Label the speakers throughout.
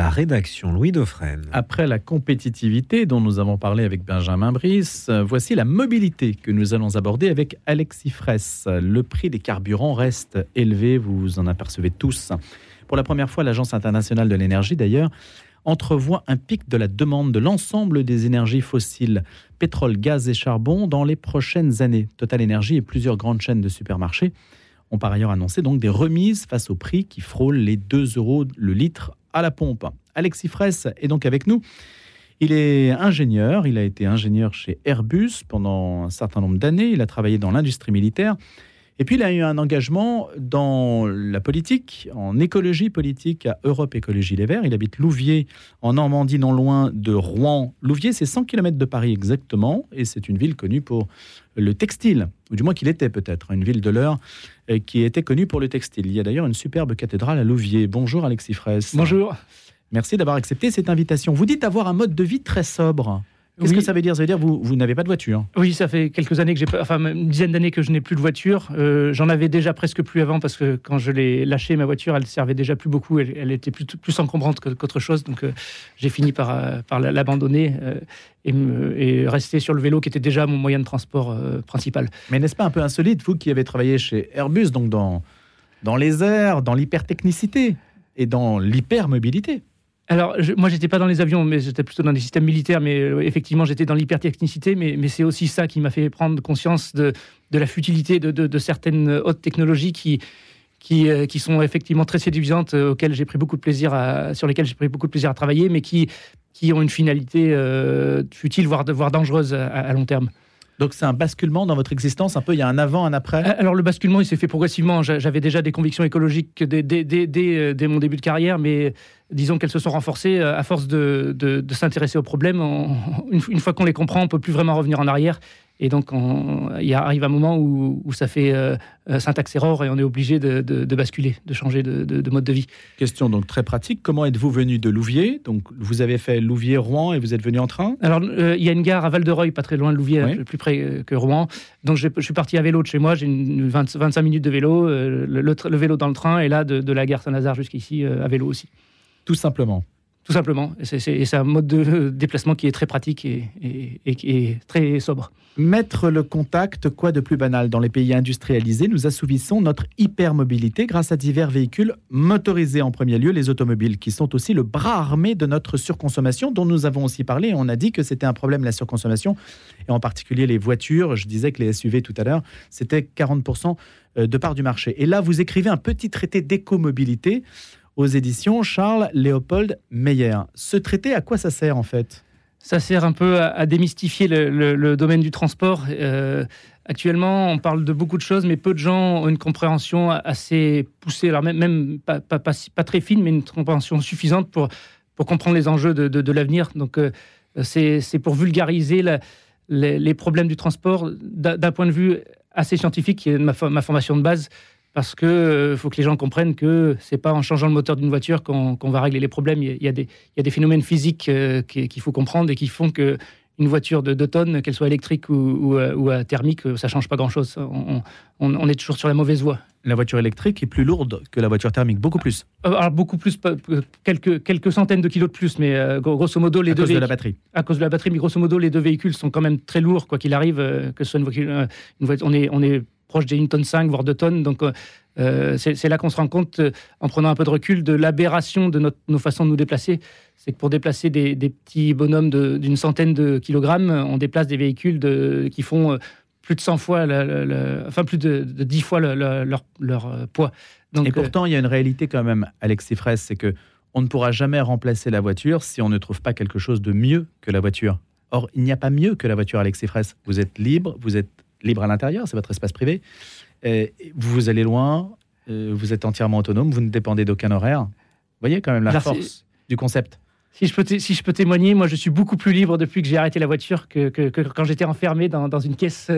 Speaker 1: La rédaction Louis Dauphren.
Speaker 2: Après la compétitivité dont nous avons parlé avec Benjamin Brice, voici la mobilité que nous allons aborder avec Alexis Fraisse. Le prix des carburants reste élevé, vous en apercevez tous. Pour la première fois, l'Agence internationale de l'énergie, d'ailleurs, entrevoit un pic de la demande de l'ensemble des énergies fossiles, pétrole, gaz et charbon, dans les prochaines années. Total Énergie et plusieurs grandes chaînes de supermarchés ont par ailleurs annoncé donc des remises face au prix qui frôle les 2 € le litre à la pompe. Alexis Fraisse est donc avec nous. Il est ingénieur, il a été ingénieur chez Airbus pendant un certain nombre d'années, il a travaillé dans l'industrie militaire, et puis il a eu un engagement dans la politique, en écologie politique à Europe Écologie Les Verts. Il habite Louviers, en Normandie, non loin de Rouen. Louviers, c'est 100 km de Paris exactement, et c'est une ville connue pour le textile, ou du moins qu'il était peut-être, une ville de l'Eure qui était connue pour le textile. Il y a d'ailleurs une superbe cathédrale à Louviers. Bonjour Alexis Fraisse.
Speaker 3: Bonjour.
Speaker 2: Merci d'avoir accepté cette invitation. Vous dites avoir un mode de vie très sobre. Qu'est-ce que ça veut dire ? Ça veut dire que vous n'avez pas de voiture ?
Speaker 3: Oui, ça fait quelques années que une dizaine d'années que je n'ai plus de voiture. J'en avais déjà presque plus avant parce que quand je l'ai lâchée, ma voiture, elle servait déjà plus beaucoup. Elle était plus encombrante qu'autre chose. Donc j'ai fini par l'abandonner et rester sur le vélo qui était déjà mon moyen de transport principal.
Speaker 2: Mais n'est-ce pas un peu insolite, vous qui avez travaillé chez Airbus, donc dans les airs, dans l'hypertechnicité et dans l'hypermobilité ?
Speaker 3: Alors, moi, j'étais pas dans les avions, mais j'étais plutôt dans les systèmes militaires. Mais effectivement, j'étais dans l'hypertechnicité. Mais c'est aussi ça qui m'a fait prendre conscience de la futilité de certaines hautes technologies qui sont effectivement très séduisantes, sur lesquelles j'ai pris beaucoup de plaisir à travailler, mais qui ont une finalité futile, voire dangereuse à long terme.
Speaker 2: Donc c'est un basculement dans votre existence, un peu, il y a un avant, un après ?
Speaker 3: Alors le basculement, il s'est fait progressivement. J'avais déjà des convictions écologiques dès mon début de carrière, mais disons qu'elles se sont renforcées à force de s'intéresser aux problèmes. Une fois qu'on les comprend, on ne peut plus vraiment revenir en arrière. Et donc, il arrive un moment où ça fait syntaxe error et on est obligé de basculer, de changer de mode de vie.
Speaker 2: Question donc très pratique. Comment êtes-vous venu de Louviers ? Donc, vous avez fait Louviers-Rouen et vous êtes venu en train ?
Speaker 3: Alors, il y a une gare à Val-de-Reuil, pas très loin de Louviers,
Speaker 2: oui.
Speaker 3: Plus près que Rouen. Donc, je suis parti à vélo de chez moi. J'ai 25 minutes de vélo, le vélo dans le train et là, de la gare Saint-Lazare jusqu'ici, à vélo aussi.
Speaker 2: Tout simplement.
Speaker 3: Tout simplement. C'est un mode de déplacement qui est très pratique et qui est très sobre.
Speaker 2: Mettre le contact, quoi de plus banal ? Dans les pays industrialisés, nous assouvissons notre hypermobilité grâce à divers véhicules motorisés en premier lieu, les automobiles, qui sont aussi le bras armé de notre surconsommation, dont nous avons aussi parlé. On a dit que c'était un problème, la surconsommation, et en particulier les voitures. Je disais que les SUV tout à l'heure, c'était 40% de part du marché. Et là, vous écrivez un petit traité d'écomobilité aux éditions Charles-Léopold Meyer. Ce traité, à quoi ça sert en fait ?
Speaker 3: Ça sert un peu à démystifier le domaine du transport. Actuellement, on parle de beaucoup de choses, mais peu de gens ont une compréhension assez poussée, alors même pas très fine, mais une compréhension suffisante pour comprendre les enjeux de l'avenir. Donc, c'est pour vulgariser les problèmes du transport d'un point de vue assez scientifique, qui est ma formation de base. Parce que faut que les gens comprennent que c'est pas en changeant le moteur d'une voiture qu'on va régler les problèmes. Il y a des phénomènes physiques qu'il faut comprendre et qui font que une voiture de 2 tonnes, qu'elle soit électrique ou thermique, ça change pas grand-chose. On est toujours sur la mauvaise voie.
Speaker 2: La voiture électrique est plus lourde que la voiture thermique, beaucoup plus.
Speaker 3: Alors beaucoup plus, quelques centaines de kilos de plus, mais grosso modo les deux.
Speaker 2: À cause de la batterie.
Speaker 3: À cause de la batterie, mais grosso modo les deux véhicules sont quand même très lourds, quoi qu'il arrive. Que ce soit une voiture, on est proche des 1,5 tonne, voire 2 tonnes. Donc, c'est là qu'on se rend compte, en prenant un peu de recul, de l'aberration de nos façons de nous déplacer. C'est que pour déplacer des petits bonhommes d'une centaine de kilogrammes, on déplace des véhicules qui font plus de 100 fois, plus de 10 fois leur poids. Donc,
Speaker 2: et pourtant, il y a une réalité quand même, Alexis Fraisse, c'est qu'on ne pourra jamais remplacer la voiture si on ne trouve pas quelque chose de mieux que la voiture. Or, il n'y a pas mieux que la voiture, Alexis Fraisse. Vous êtes libre à l'intérieur, c'est votre espace privé. Vous allez loin, vous êtes entièrement autonome, vous ne dépendez d'aucun horaire. Vous voyez quand même la force du concept.
Speaker 3: Si je peux témoigner, moi je suis beaucoup plus libre depuis que j'ai arrêté la voiture que quand j'étais enfermé dans une caisse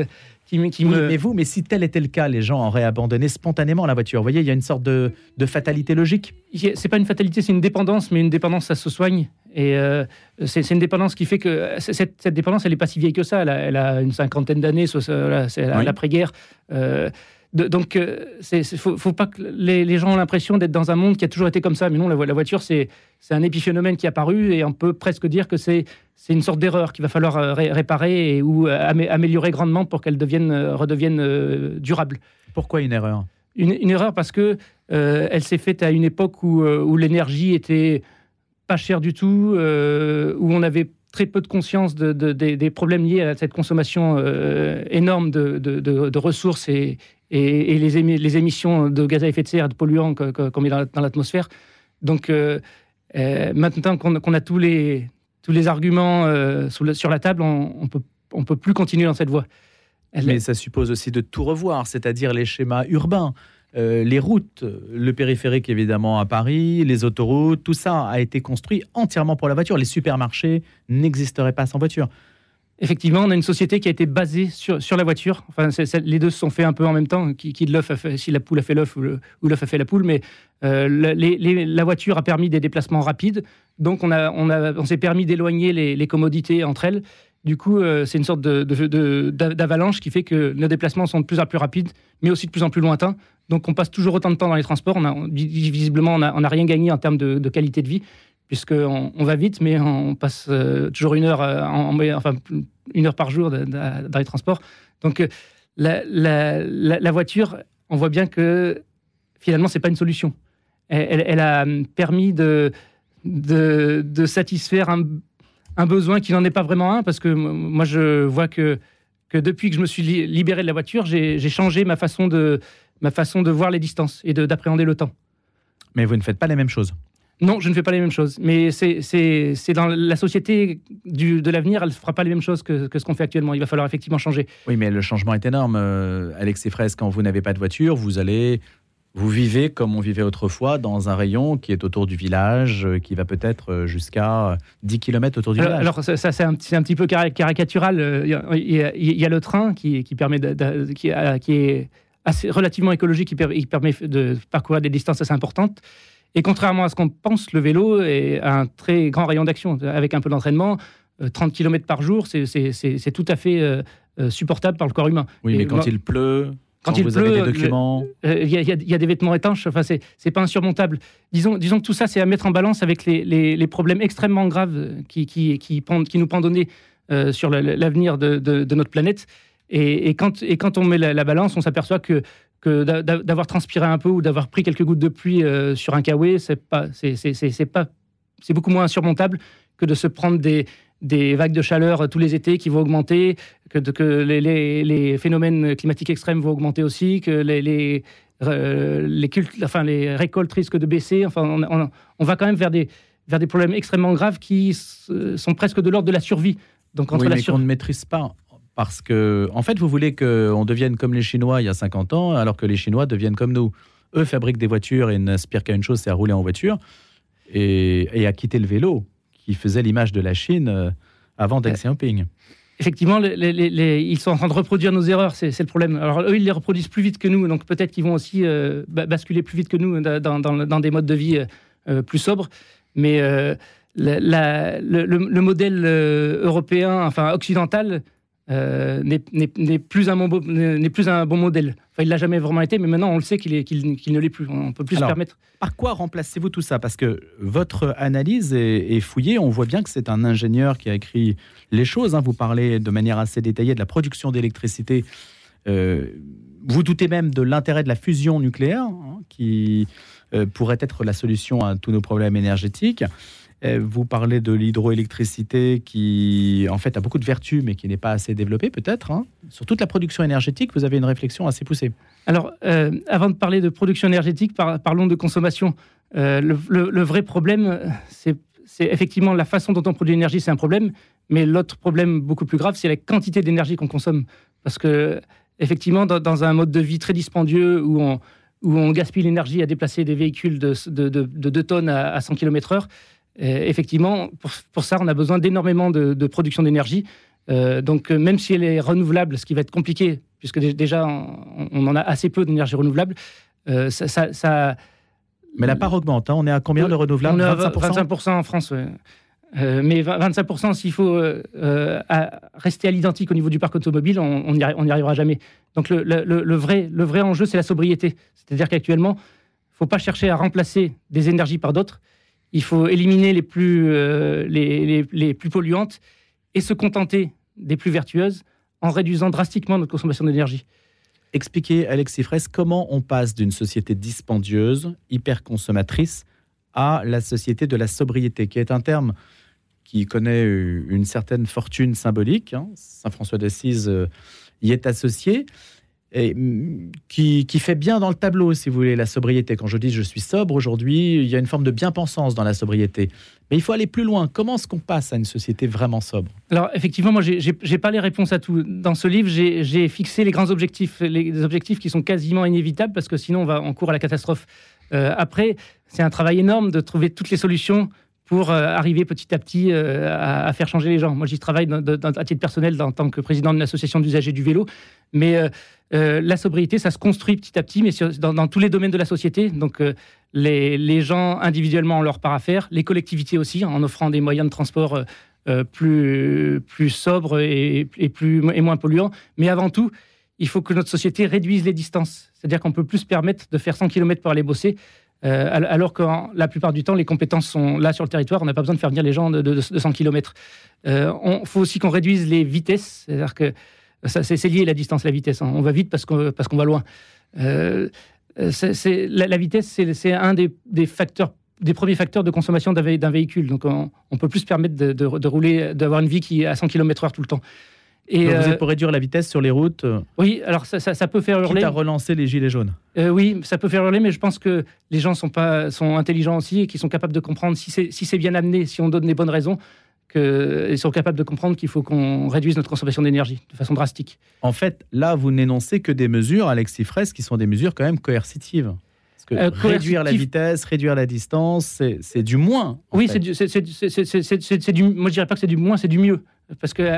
Speaker 2: Mais si tel était le cas, les gens auraient abandonné spontanément la voiture. Vous voyez, il y a une sorte de fatalité logique.
Speaker 3: C'est pas une fatalité, c'est une dépendance, mais une dépendance, ça se soigne. Et c'est une dépendance qui fait que cette dépendance, elle n'est pas si vieille que ça. Elle a une 50aine d'années, c'est l'après-guerre. Donc, faut pas que les gens ont l'impression d'être dans un monde qui a toujours été comme ça. Mais non, la voiture, c'est un épiphénomène qui est apparu et on peut presque dire que c'est une sorte d'erreur qu'il va falloir réparer ou améliorer grandement pour qu'elle redevienne durable.
Speaker 2: Pourquoi une erreur ?
Speaker 3: Une erreur parce que elle s'est faite à une époque où l'énergie était pas chère du tout, où on avait très peu de conscience des problèmes liés à cette consommation énorme de ressources et les émissions de gaz à effet de serre, de polluants qu'on met dans l'atmosphère. Donc maintenant qu'on a tous les arguments sur la table, on peut plus continuer dans cette voie.
Speaker 2: Mais ça suppose aussi de tout revoir, c'est-à-dire les schémas urbains, les routes, le périphérique évidemment à Paris, les autoroutes, tout ça a été construit entièrement pour la voiture. Les supermarchés n'existeraient pas sans voiture.
Speaker 3: Effectivement, on a une société qui a été basée sur la voiture. Enfin, les deux se sont faits un peu en même temps. Qui de l'œuf a fait, si la poule a fait l'œuf ou l'œuf a fait la poule, mais la voiture a permis des déplacements rapides. Donc, on s'est permis d'éloigner les commodités entre elles. Du coup, c'est une sorte d'avalanche qui fait que nos déplacements sont de plus en plus rapides, mais aussi de plus en plus lointains. Donc, on passe toujours autant de temps dans les transports. Visiblement, on n'a rien gagné en termes de qualité de vie, puisqu'on va vite, mais on passe toujours une heure par jour dans les transports. Donc, la voiture, on voit bien que finalement, c'est pas une solution. Elle a permis de satisfaire un besoin qui n'en est pas vraiment un, parce que moi, je vois que depuis que je me suis libéré de la voiture, j'ai changé ma façon de voir les distances et d'appréhender le temps.
Speaker 2: Mais vous ne faites pas les mêmes choses.
Speaker 3: Non, je ne fais pas les mêmes choses. Mais c'est dans la société de l'avenir, elle ne fera pas les mêmes choses que ce qu'on fait actuellement. Il va falloir effectivement changer.
Speaker 2: Oui, mais le changement est énorme. Alexis Fraisse, quand vous n'avez pas de voiture, vous vivez comme on vivait autrefois dans un rayon qui est autour du village, qui va peut-être jusqu'à 10 km autour du village. Alors
Speaker 3: ça c'est un petit peu caricatural. Il y a le train qui permet qui est assez relativement écologique, qui permet de parcourir des distances assez importantes. Et contrairement à ce qu'on pense, le vélo est un très grand rayon d'action. Avec un peu d'entraînement, 30 km par jour, c'est tout à fait supportable par le corps humain.
Speaker 2: Oui, mais quand il pleut... Quand vous avez des documents,
Speaker 3: il y a des vêtements étanches. Enfin, c'est pas insurmontable. Disons que tout ça, c'est à mettre en balance avec les problèmes extrêmement graves qui nous pendent au nez sur l'avenir de notre planète. Et quand on met la balance, on s'aperçoit que d'avoir transpiré un peu ou d'avoir pris quelques gouttes de pluie sur un kawaii, c'est beaucoup moins insurmontable que de se prendre des vagues de chaleur tous les étés qui vont augmenter, que les phénomènes climatiques extrêmes vont augmenter aussi, que les récoltes risquent de baisser. Enfin, on va quand même vers des problèmes extrêmement graves qui sont presque de l'ordre de la survie. Donc,
Speaker 2: qu'on ne maîtrise pas. Parce que, en fait, vous voulez qu'on devienne comme les Chinois il y a 50 ans, alors que les Chinois deviennent comme nous. Eux fabriquent des voitures et n'aspirent qu'à une chose, c'est à rouler en voiture et à quitter le vélo, qui faisait l'image de la Chine avant Deng Xiaoping.
Speaker 3: Effectivement, ils sont en train de reproduire nos erreurs, c'est le problème. Alors eux, ils les reproduisent plus vite que nous, donc peut-être qu'ils vont aussi basculer plus vite que nous dans des modes de vie plus sobres. Mais le modèle européen, enfin occidental, n'est plus un bon modèle. Enfin, il l'a jamais vraiment été, mais maintenant on le sait qu'il ne l'est plus. On peut plus se permettre.
Speaker 2: Par quoi remplacez-vous tout ça ? Parce que votre analyse est fouillée. On voit bien que c'est un ingénieur qui a écrit les choses. Vous parlez de manière assez détaillée de la production d'électricité. Vous doutez même de l'intérêt de la fusion nucléaire, qui pourrait être la solution à tous nos problèmes énergétiques. Vous parlez de l'hydroélectricité qui, en fait, a beaucoup de vertus, mais qui n'est pas assez développée, peut-être. Sur toute la production énergétique, vous avez une réflexion assez poussée.
Speaker 3: Alors, avant de parler de production énergétique, parlons de consommation. Le vrai problème, c'est effectivement la façon dont on produit l'énergie, c'est un problème. Mais l'autre problème beaucoup plus grave, c'est la quantité d'énergie qu'on consomme. Parce que, effectivement, dans un mode de vie très dispendieux où on gaspille l'énergie à déplacer des véhicules de 2 tonnes à 100 km/h, effectivement, pour ça, on a besoin d'énormément de production d'énergie. Donc, même si elle est renouvelable, ce qui va être compliqué, puisque déjà, on en a assez peu d'énergie renouvelable, ça...
Speaker 2: Mais la part augmente. On est à combien de renouvelables ?
Speaker 3: On est à 25% en France. Ouais. Mais 25%, s'il faut rester à l'identique au niveau du parc automobile, on n'y arrivera jamais. Donc le vrai enjeu, c'est la sobriété. C'est-à-dire qu'actuellement, il ne faut pas chercher à remplacer des énergies par d'autres. Il faut éliminer les plus polluantes et se contenter des plus vertueuses en réduisant drastiquement notre consommation d'énergie.
Speaker 2: Expliquez, Alexis Fraisse, comment on passe d'une société dispendieuse, hyper consommatrice, à la société de la sobriété, qui est un terme qui connaît une certaine fortune symbolique. Saint François d'Assise y est associé, et qui fait bien dans le tableau, si vous voulez, la sobriété. Quand je dis je suis sobre aujourd'hui, il y a une forme de bien-pensance dans la sobriété. Mais il faut aller plus loin. Comment est-ce qu'on passe à une société vraiment sobre ?
Speaker 3: Alors, effectivement, moi, j'ai pas les réponses à tout. Dans ce livre, j'ai fixé les grands objectifs, les objectifs qui sont quasiment inévitables, parce que sinon, on court à la catastrophe. Après, c'est un travail énorme de trouver toutes les solutions pour arriver petit à petit à faire changer les gens. Moi, j'y travaille à titre personnel en tant que président d'une association d'usagers du vélo. Mais la sobriété, ça se construit petit à petit, mais dans tous les domaines de la société. Donc, les gens individuellement ont leur part à faire, les collectivités aussi, en offrant des moyens de transport plus sobres et moins polluants. Mais avant tout, il faut que notre société réduise les distances. C'est-à-dire qu'on ne peut plus se permettre de faire 100 km pour aller bosser, alors que la plupart du temps, les compétences sont là sur le territoire. On n'a pas besoin de faire venir les gens de 100 km. Il faut aussi qu'on réduise les vitesses. C'est-à-dire que c'est lié, la distance, la vitesse. On va vite parce qu'on va loin. La vitesse, c'est un des premiers facteurs de consommation d'un véhicule. Donc, on ne peut plus se permettre de rouler, d'avoir une vie qui est à 100 km/h tout le temps.
Speaker 2: Et donc vous êtes pour réduire la vitesse sur les routes ?
Speaker 3: Oui, alors ça peut faire hurler.
Speaker 2: Quitte à relancer les gilets jaunes.
Speaker 3: Oui, ça peut faire hurler, mais je pense que les gens sont intelligents aussi et qu'ils sont capables de comprendre si c'est bien amené, si on donne les bonnes raisons, ils sont capables de comprendre qu'il faut qu'on réduise notre consommation d'énergie de façon drastique. En
Speaker 2: fait, là, vous n'énoncez que des mesures, Alexis Fraisse, qui sont des mesures quand même coercitives. Parce que réduire la vitesse, réduire la distance, c'est du moins.
Speaker 3: Oui, c'est du. Moi, je dirais pas que c'est du moins, c'est du mieux. Parce que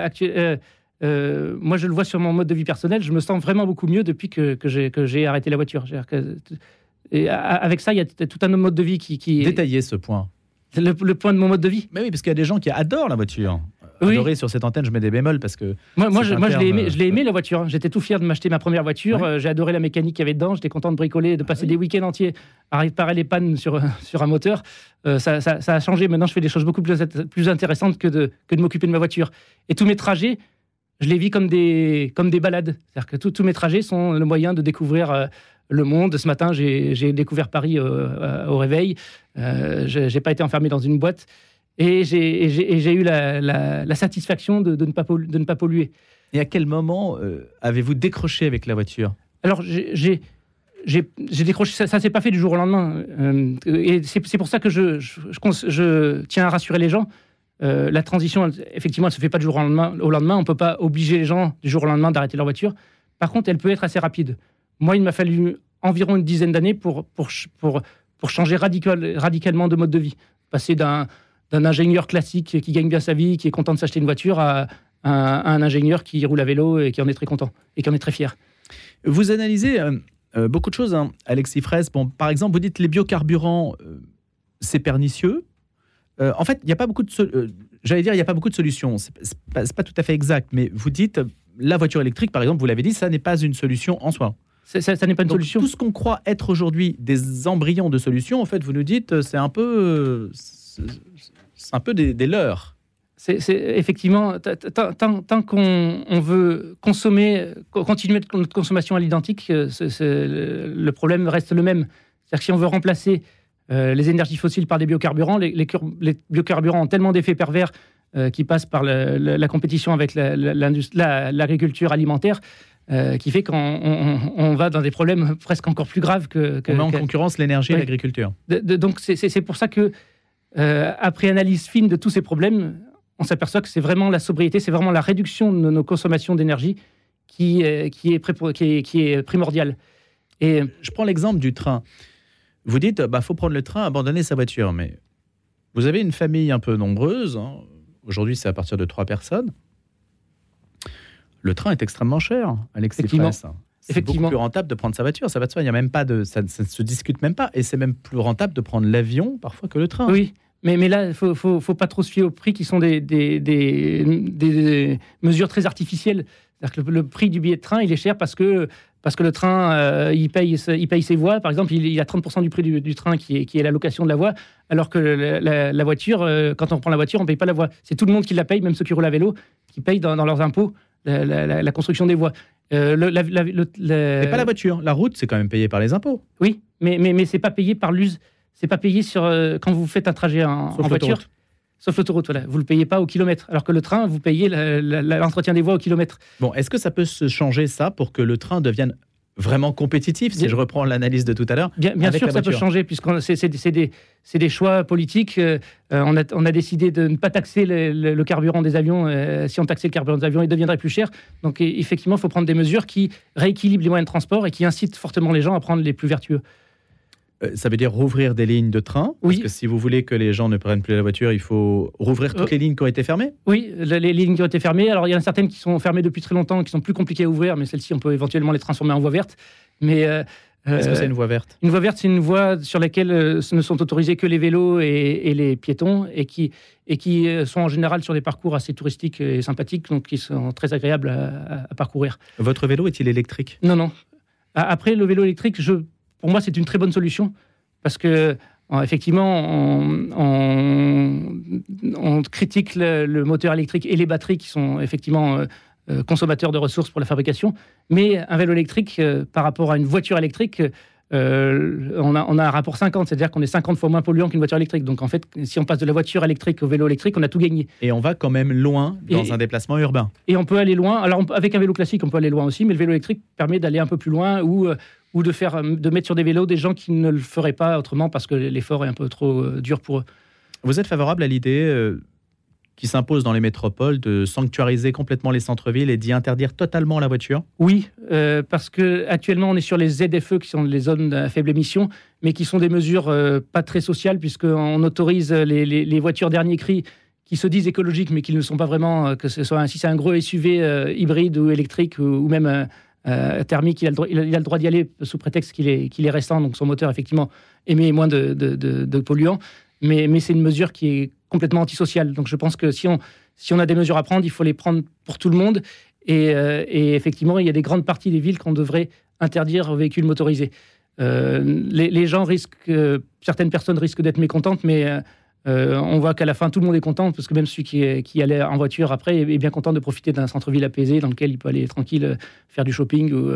Speaker 3: moi, je le vois sur mon mode de vie personnel, je me sens vraiment beaucoup mieux depuis que j'ai arrêté la voiture. Et avec ça, il y a tout un autre mode de vie qui
Speaker 2: Détaillez ce point.
Speaker 3: Le point de mon mode de vie.
Speaker 2: Mais oui, parce qu'il y a des gens qui adorent la voiture.
Speaker 3: Oui.
Speaker 2: Adorer sur cette antenne, je mets des bémols parce que...
Speaker 3: Moi je l'ai aimé la voiture. J'étais tout fier de m'acheter ma première voiture. Ouais. J'ai adoré la mécanique qu'il y avait dedans. J'étais content de bricoler, de passer des week-ends entiers à réparer les pannes sur un moteur. Ça a changé. Maintenant, je fais des choses beaucoup plus intéressantes que de m'occuper de ma voiture. Et tous mes trajets, je les vis comme des balades. C'est-à-dire que tous mes trajets sont le moyen de découvrir le monde. Ce matin, j'ai découvert Paris au réveil. J'ai pas été enfermé dans une boîte. Et j'ai eu la satisfaction de ne pas polluer.
Speaker 2: Et à quel moment avez-vous décroché avec la voiture ?
Speaker 3: Alors, j'ai décroché, ça ne s'est pas fait du jour au lendemain. Et c'est pour ça que je tiens à rassurer les gens. La transition, effectivement, elle ne se fait pas du jour au lendemain. On ne peut pas obliger les gens du jour au lendemain d'arrêter leur voiture. Par contre, elle peut être assez rapide. Moi, il m'a fallu environ une dizaine d'années pour changer radicalement de mode de vie. Passer d'un ingénieur classique qui gagne bien sa vie, qui est content de s'acheter une voiture, à un ingénieur qui roule à vélo et qui en est très content et qui en est très fier.
Speaker 2: Vous analysez beaucoup de choses, hein, Alexis Fraisse. Bon, par exemple, vous dites les biocarburants, c'est pernicieux. En fait, il n'y a pas beaucoup de il n'y a pas beaucoup de solutions. C'est pas tout à fait exact, mais vous dites la voiture électrique, par exemple, vous l'avez dit, ça n'est pas une solution en soi.
Speaker 3: Ça n'est pas une solution.
Speaker 2: Tout ce qu'on croit être aujourd'hui des embryons de solutions, en fait, vous nous dites, c'est un peu des leurrs.
Speaker 3: C'est effectivement, tant qu'on veut continuer notre consommation à l'identique, le problème reste le même. C'est-à-dire que si on veut remplacer les énergies fossiles par des biocarburants, les biocarburants ont tellement d'effets pervers qui passent par la compétition avec l'agriculture alimentaire, qui fait qu'on va dans des problèmes presque encore plus graves
Speaker 2: on met en concurrence l'énergie et l'agriculture.
Speaker 3: Donc c'est pour ça que, après analyse fine de tous ces problèmes, on s'aperçoit que c'est vraiment la sobriété, c'est vraiment la réduction de nos consommations d'énergie qui est primordiale.
Speaker 2: Et je prends l'exemple du train. Vous dites, faut prendre le train, abandonner sa voiture. Mais vous avez une famille un peu nombreuse. Hein. Aujourd'hui, c'est à partir de 3 personnes. Le train est extrêmement cher, Alexis Fraisse. C'est beaucoup plus rentable de prendre sa voiture. Ça va de soi. Il y a même pas ça ne se discute même pas. Et c'est même plus rentable de prendre l'avion parfois que le train.
Speaker 3: Oui, Mais là, il faut pas trop se fier aux prix qui sont des mesures très artificielles. C'est-à-dire que le prix du billet de train, il est cher parce que le train, il paye ses voies. Par exemple, il y a 30% du prix du train qui est la location de la voie, alors que la voiture, quand on prend la voiture, on ne paye pas la voie. C'est tout le monde qui la paye, même ceux qui roulent à vélo, qui payent dans leurs impôts la construction des voies.
Speaker 2: C'est pas la voiture. La route, c'est quand même payé par les impôts.
Speaker 3: Oui, mais c'est pas payé par l'use. C'est pas payé quand vous faites un trajet en voiture. Sauf l'autoroute, voilà. Vous ne le payez pas au kilomètre. Alors que le train, vous payez l'entretien des voies au kilomètre.
Speaker 2: Bon, est-ce que ça peut se changer, ça, pour que le train devienne vraiment compétitif, si je reprends l'analyse de tout à l'heure?
Speaker 3: Bien sûr, ça peut changer, puisque c'est des choix politiques. On a décidé de ne pas taxer le carburant des avions. Si on taxait le carburant des avions, il deviendrait plus cher. Donc, effectivement, il faut prendre des mesures qui rééquilibrent les moyens de transport et qui incitent fortement les gens à prendre les plus vertueux.
Speaker 2: Ça veut dire rouvrir des lignes de train?
Speaker 3: Oui.
Speaker 2: Parce que si vous voulez que les gens ne prennent plus la voiture, il faut rouvrir toutes les lignes qui ont été fermées?
Speaker 3: Oui, les lignes qui ont été fermées. Alors, il y en a certaines qui sont fermées depuis très longtemps, qui sont plus compliquées à ouvrir, mais celles-ci, on peut éventuellement les transformer en voie verte. Mais,
Speaker 2: est-ce que c'est une voie verte?
Speaker 3: Une voie verte, c'est une voie sur laquelle ne sont autorisés que les vélos et les piétons, et qui sont en général sur des parcours assez touristiques et sympathiques, donc qui sont très agréables à parcourir.
Speaker 2: Votre vélo est-il électrique?
Speaker 3: Non. Après, le vélo électrique, pour moi, c'est une très bonne solution, parce que effectivement, on critique le moteur électrique et les batteries qui sont effectivement consommateurs de ressources pour la fabrication, mais un vélo électrique, par rapport à une voiture électrique, on a un rapport 50, c'est-à-dire qu'on est 50 fois moins polluant qu'une voiture électrique. Donc en fait, si on passe de la voiture électrique au vélo électrique, on a tout gagné.
Speaker 2: Et on va quand même loin dans un déplacement urbain.
Speaker 3: Et on peut aller loin. Alors avec un vélo classique, on peut aller loin aussi, mais le vélo électrique permet d'aller un peu plus loin ou de mettre sur des vélos des gens qui ne le feraient pas autrement parce que l'effort est un peu trop dur pour eux.
Speaker 2: Vous êtes favorable à l'idée qui s'impose dans les métropoles de sanctuariser complètement les centres-villes et d'y interdire totalement la voiture?
Speaker 3: Oui, parce qu'actuellement, on est sur les ZFE, qui sont les zones à faible émission, mais qui sont des mesures pas très sociales, puisqu'on autorise les voitures dernier cri qui se disent écologiques, mais qui ne le sont pas vraiment, que ce soit si c'est un gros SUV hybride ou électrique ou même thermique, il a le droit d'y aller sous prétexte qu'il est récent, donc son moteur, effectivement, émet moins de polluants. Mais c'est une mesure qui est complètement antisociale. Donc je pense que si on a des mesures à prendre, il faut les prendre pour tout le monde. Et effectivement, il y a des grandes parties des villes qu'on devrait interdire aux véhicules motorisés. Les gens certaines personnes risquent d'être mécontentes, mais on voit qu'à la fin, tout le monde est content, parce que même celui qui allait en voiture après est bien content de profiter d'un centre-ville apaisé dans lequel il peut aller tranquille, faire du shopping ou,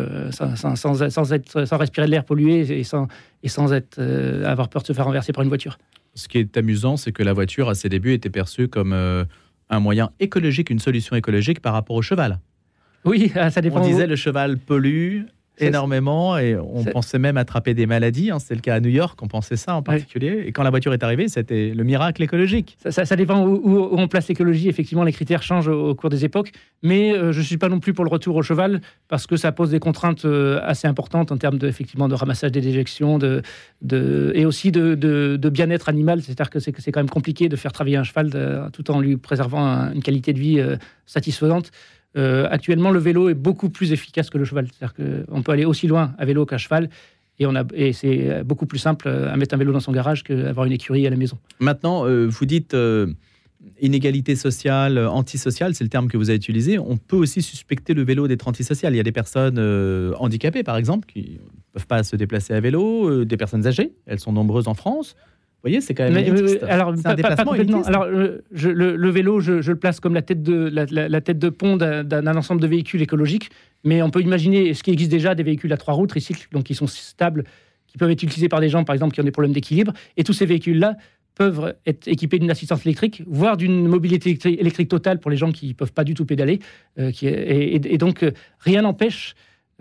Speaker 3: sans respirer de l'air pollué et sans avoir peur de se faire renverser par une voiture.
Speaker 2: Ce qui est amusant, c'est que la voiture, à ses débuts, était perçue comme un moyen écologique, une solution écologique par rapport au cheval.
Speaker 3: Oui, ça dépend.
Speaker 2: On disait le cheval pollue énormément et on pensait même attraper des maladies. C'est le cas à New York, on pensait ça en particulier. Ouais. Et quand la voiture est arrivée, c'était le miracle écologique.
Speaker 3: Ça dépend où on place l'écologie. Effectivement, les critères changent au cours des époques. Mais je ne suis pas non plus pour le retour au cheval parce que ça pose des contraintes assez importantes en termes de ramassage des déjections et aussi de bien-être animal. C'est-à-dire que c'est quand même compliqué de faire travailler un cheval tout en lui préservant une qualité de vie satisfaisante. Actuellement, le vélo est beaucoup plus efficace que le cheval. C'est-à-dire qu'on peut aller aussi loin à vélo qu'à cheval. Et c'est beaucoup plus simple à mettre un vélo dans son garage qu'avoir une écurie à la maison.
Speaker 2: Maintenant, vous dites inégalité sociale, antisociale, c'est le terme que vous avez utilisé. On peut aussi suspecter le vélo d'être antisocial. Il y a des personnes handicapées, par exemple, qui ne peuvent pas se déplacer à vélo, des personnes âgées. Elles sont nombreuses en France. Vous voyez, c'est quand même élitiste.
Speaker 3: Alors, pas complètement. Alors, le vélo, je le place comme la tête de pont d'un ensemble de véhicules écologiques, mais on peut imaginer ce qui existe déjà, des véhicules à 3 roues, tricycles, donc qui sont stables, qui peuvent être utilisés par des gens, par exemple, qui ont des problèmes d'équilibre, et tous ces véhicules-là peuvent être équipés d'une assistance électrique, voire d'une mobilité électrique totale pour les gens qui ne peuvent pas du tout pédaler, et donc rien n'empêche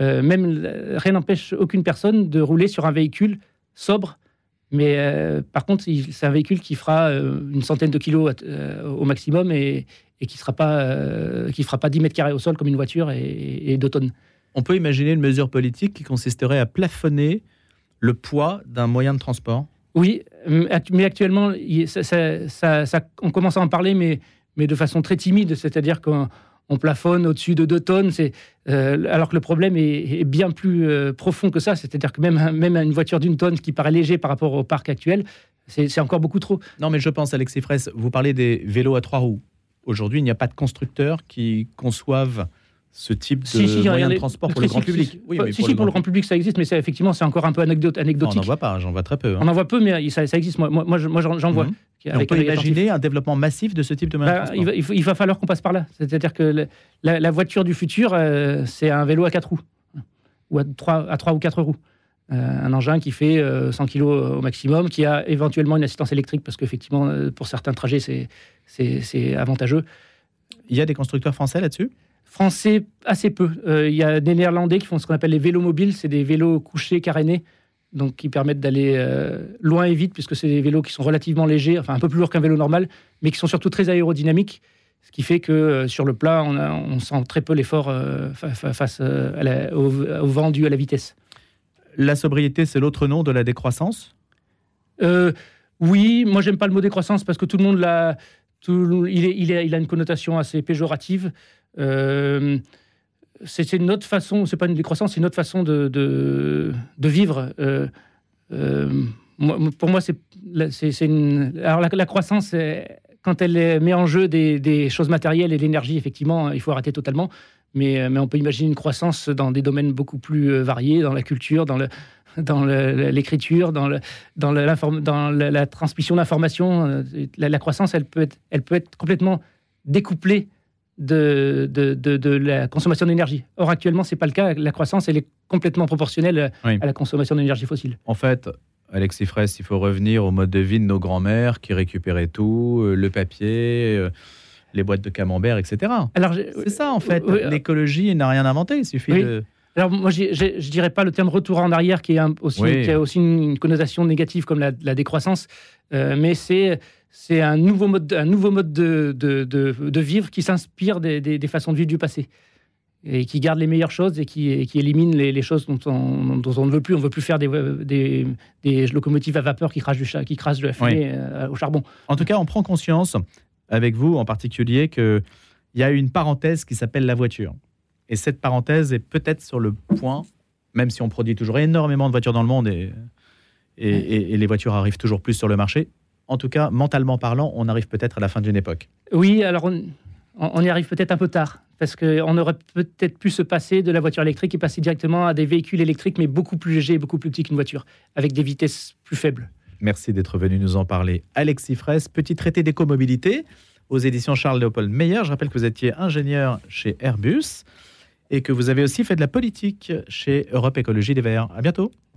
Speaker 3: aucune personne de rouler sur un véhicule sobre. Mais par contre, c'est un véhicule qui fera une centaine de kilos au maximum et qui fera pas 10 mètres carrés au sol comme une voiture et 2 tonnes.
Speaker 2: On peut imaginer une mesure politique qui consisterait à plafonner le poids d'un moyen de transport?
Speaker 3: Oui, mais actuellement, on commence à en parler, mais de façon très timide. C'est-à-dire qu'on on plafonne au-dessus de 2 tonnes. Alors que le problème est bien plus profond que ça. C'est-à-dire que même une voiture d'1 tonne qui paraît léger par rapport au parc actuel, c'est encore beaucoup trop.
Speaker 2: Non, mais je pense, Alexis Fraisse, vous parlez des vélos à 3 roues. Aujourd'hui, il n'y a pas de constructeurs qui conçoivent ce type de moyen de transport pour le grand public.
Speaker 3: Oui, pour le grand public, ça existe, mais effectivement, c'est encore un peu anecdotique.
Speaker 2: On n'en voit pas, j'en vois très peu.
Speaker 3: On en voit peu, mais ça existe. Moi, j'en vois.
Speaker 2: On peut imaginer un développement massif de ce type de moyen de transport.
Speaker 3: Il va falloir qu'on passe par là. C'est-à-dire que la voiture du futur, c'est un vélo à 4 roues, ou à 3 ou 4 roues. Un engin qui fait 100 kg au maximum, qui a éventuellement une assistance électrique, parce qu'effectivement, pour certains trajets, c'est avantageux.
Speaker 2: Il y a des constructeurs français là-dessus ?
Speaker 3: Français, assez peu. Il y a des Néerlandais qui font ce qu'on appelle les vélos mobiles. C'est des vélos couchés, carénés, donc qui permettent d'aller loin et vite, puisque c'est des vélos qui sont relativement légers, enfin un peu plus lourds qu'un vélo normal, mais qui sont surtout très aérodynamiques, ce qui fait que sur le plat, on sent très peu l'effort face au vent dû à la vitesse.
Speaker 2: La sobriété, c'est l'autre nom de la décroissance ?
Speaker 3: Oui, moi j'aime pas le mot décroissance parce que tout le monde l'a. Il a une connotation assez péjorative. C'est une autre façon, c'est pas une décroissance, c'est une autre façon de vivre. Pour moi, alors la croissance, quand elle met en jeu des choses matérielles et de l'énergie, effectivement, il faut arrêter totalement. Mais on peut imaginer une croissance dans des domaines beaucoup plus variés, dans la culture, dans l'écriture, dans la transmission d'informations. La croissance, elle peut être complètement découplée de la consommation d'énergie. Or, actuellement, ce n'est pas le cas. La croissance, elle est complètement proportionnelle à la consommation d'énergie fossile.
Speaker 2: En fait, Alexis Fraisse, il faut revenir au mode de vie de nos grands-mères qui récupéraient tout, le papier... les boîtes de camembert, etc. Alors, c'est ça, en fait. L'écologie n'a rien inventé. Il suffit de...
Speaker 3: Alors, moi, je dirais pas le terme retour en arrière, qui a aussi une connotation négative comme la décroissance, mais c'est un nouveau mode de vivre qui s'inspire des façons de vivre du passé et qui garde les meilleures choses et qui élimine les choses dont on ne veut plus. On ne veut plus faire des locomotives à vapeur qui crachent de la fumée au charbon.
Speaker 2: En tout cas, on prend conscience... avec vous en particulier, qu'il y a une parenthèse qui s'appelle la voiture. Et cette parenthèse est peut-être sur le point, même si on produit toujours énormément de voitures dans le monde et les voitures arrivent toujours plus sur le marché, en tout cas, mentalement parlant, on arrive peut-être à la fin d'une époque.
Speaker 3: Oui, alors on y arrive peut-être un peu tard, parce qu'on aurait peut-être pu se passer de la voiture électrique et passer directement à des véhicules électriques, mais beaucoup plus légers et beaucoup plus petits qu'une voiture, avec des vitesses plus faibles.
Speaker 2: Merci d'être venu nous en parler. Alexis Fraisse, petit traité d'écomobilité aux éditions Charles-Léopold Meyer. Je rappelle que vous étiez ingénieur chez Airbus et que vous avez aussi fait de la politique chez Europe Écologie Les Verts. À bientôt.